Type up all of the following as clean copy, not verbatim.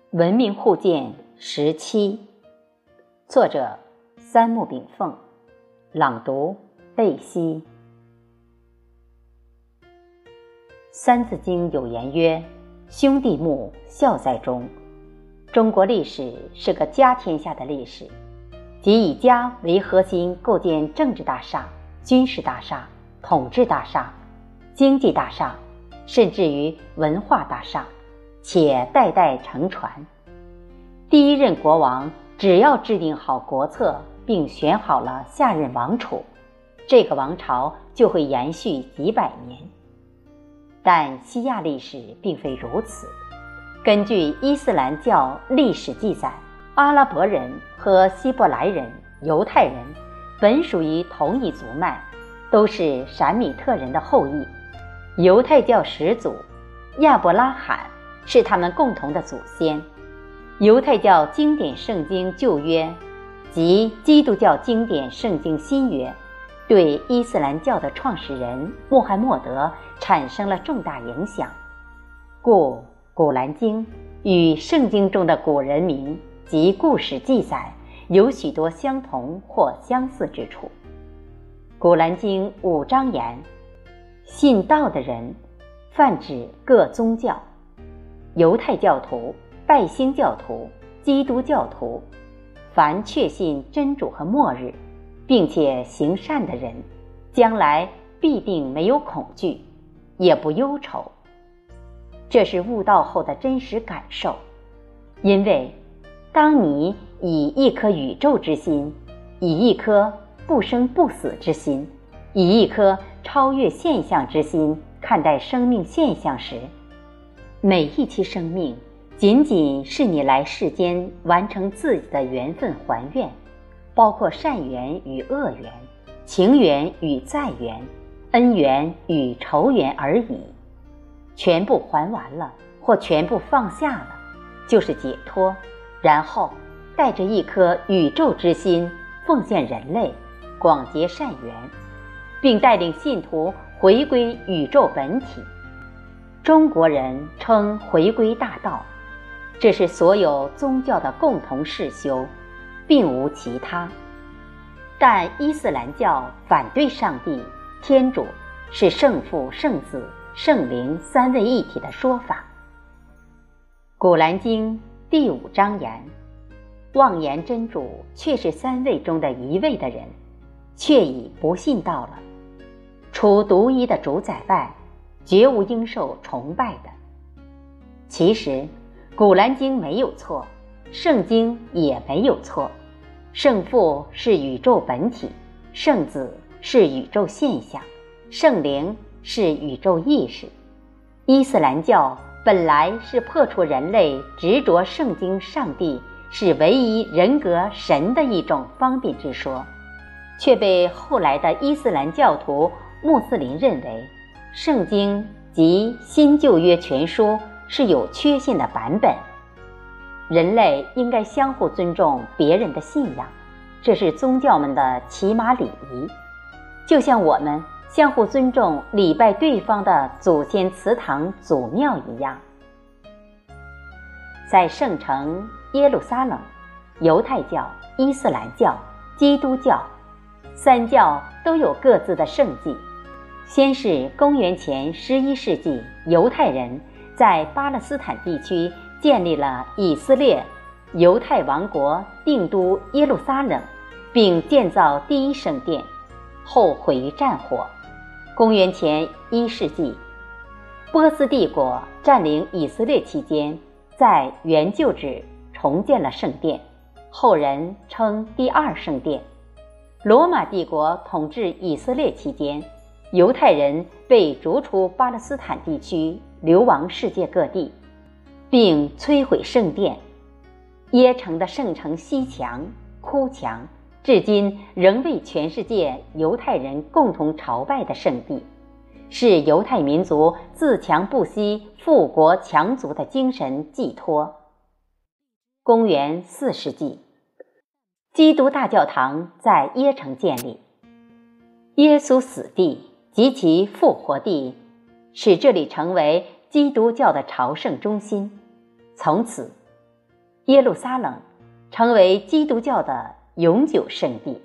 文明互鉴17，作者三木炳凤，朗读贝西。三字经有言曰：兄弟睦，孝在中。中国历史是个家天下的历史，即以家为核心构建政治大厦、军事大厦、统治大厦、经济大厦，甚至于文化大厦，且代代承传。第一任国王只要制定好国策，并选好了下任王储，这个王朝就会延续几百年。但西亚历史并非如此。根据伊斯兰教历史记载，阿拉伯人和希伯来人、犹太人本属于同一族脉，都是闪米特人的后裔。犹太教始祖亚伯拉罕是他们共同的祖先。犹太教经典圣经旧约及基督教经典圣经新约对伊斯兰教的创始人穆罕默德产生了重大影响，故古兰经与圣经中的古人名及故事记载有许多相同或相似之处。古兰经5章言：信道的人泛指各宗教，犹太教徒、拜星教徒、基督教徒，凡确信真主和末日并且行善的人，将来必定没有恐惧，也不忧愁。这是悟道后的真实感受。因为当你以一颗宇宙之心，以一颗不生不死之心，以一颗超越现象之心看待生命现象时，每一期生命仅仅是你来世间完成自己的缘分还愿，包括善缘与恶缘、情缘与债缘、恩缘与仇缘而已。全部还完了，或全部放下了，就是解脱，然后带着一颗宇宙之心奉献人类，广结善缘，并带领信徒回归宇宙本体。中国人称回归大道，这是所有宗教的共同事修，并无其他。但伊斯兰教反对上帝、天主是圣父、圣子、圣灵三位一体的说法。古兰经第5章言：妄言真主却是三位中的一位的人，却已不信道了。除独一的主宰外，绝无应受崇拜的。其实古兰经没有错，圣经也没有错。圣父是宇宙本体，圣子是宇宙现象，圣灵是宇宙意识。伊斯兰教本来是破除人类执着圣经上帝是唯一人格神的一种方便之说，却被后来的伊斯兰教徒穆斯林认为圣经及新旧约全书是有缺陷的版本。人类应该相互尊重别人的信仰，这是宗教们的起码礼仪，就像我们相互尊重礼拜对方的祖先祠堂祖庙一样。在圣城耶路撒冷，犹太教、伊斯兰教、基督教三教都有各自的圣迹。先是公元前11世纪，犹太人在巴勒斯坦地区建立了以色列犹太王国定都耶路撒冷，并建造第一圣殿，后毁于战火。公元前1世纪，波斯帝国占领以色列期间，在原旧址重建了圣殿，后人称第二圣殿。罗马帝国统治以色列期间，犹太人被逐出巴勒斯坦地区，流亡世界各地，并摧毁圣殿。耶城的圣城西墙、哭墙至今仍为全世界犹太人共同朝拜的圣地，是犹太民族自强不息、富国强族的精神寄托。公元4世纪，基督大教堂在耶城建立，耶稣死地及其复活地使这里成为基督教的朝圣中心。从此耶路撒冷成为基督教的永久圣地。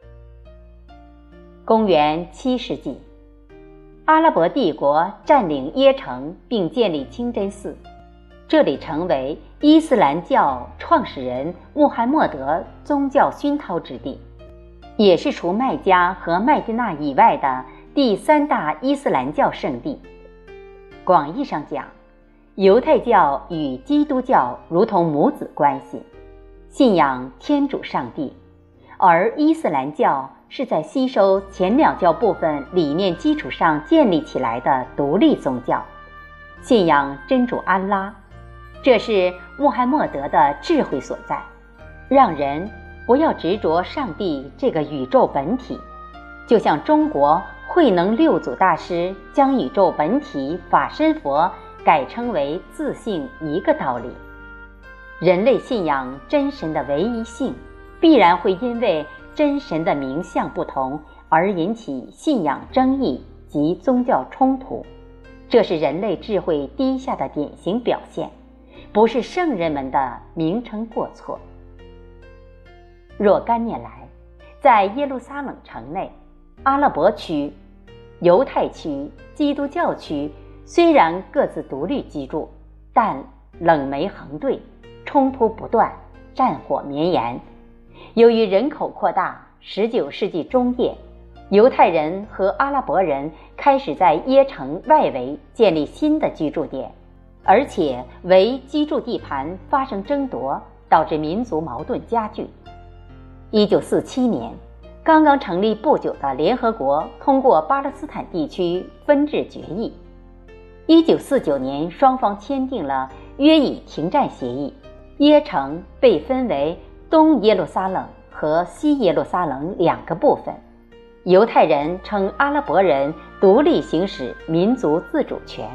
公元7世纪，阿拉伯帝国占领耶城并建立清真寺，这里成为伊斯兰教创始人穆罕默德宗教熏陶之地，也是除麦加和麦地那以外的第3大伊斯兰教圣地。广义上讲，犹太教与基督教如同母子关系，信仰天主上帝，而伊斯兰教是在吸收前2教部分理念基础上建立起来的独立宗教，信仰真主安拉。这是穆罕默德的智慧所在，让人不要执着上帝这个宇宙本体，就像中国慧能六祖大师将宇宙本体法身佛改称为自性一个道理。人类信仰真神的唯一性，必然会因为真神的名相不同而引起信仰争议及宗教冲突，这是人类智慧低下的典型表现，不是圣人们的名称过错。若干年来，在耶路撒冷城内，阿拉伯区、犹太区、基督教区虽然各自独立居住，但冷媒横对，冲突不断，战火绵延。由于人口扩大，19世纪中叶，犹太人和阿拉伯人开始在耶城外围建立新的居住点，而且为居住地盘发生争夺，导致民族矛盾加剧。1947年，刚刚成立不久的联合国通过巴勒斯坦地区分治决议。1949年，双方签订了约以停战协议，耶城被分为东耶路撒冷和西耶路撒冷2个部分，犹太人称阿拉伯人独立行使民族自主权。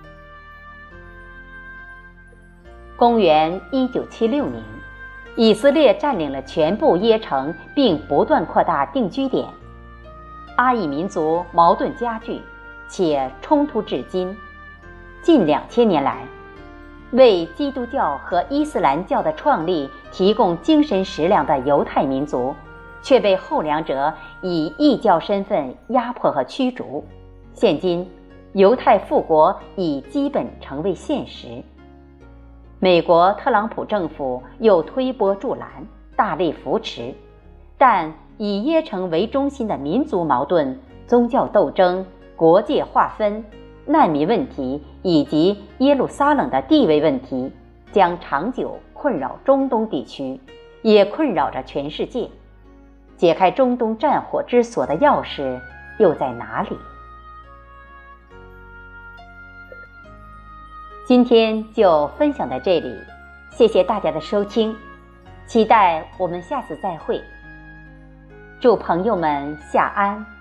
公元1976年，以色列占领了全部耶城，并不断扩大定居点。阿裔民族矛盾加剧，且冲突至今。近2000年来，为基督教和伊斯兰教的创立提供精神食粮的犹太民族，却被后2者以异教身份压迫和驱逐。现今，犹太复国已基本成为现实。美国特朗普政府又推波助澜，大力扶持，但以耶城为中心的民族矛盾、宗教斗争、国界划分、难民问题以及耶路撒冷的地位问题，将长久困扰中东地区，也困扰着全世界。解开中东战火之锁的钥匙又在哪里？今天就分享到这里，谢谢大家的收听，期待我们下次再会。祝朋友们夏安。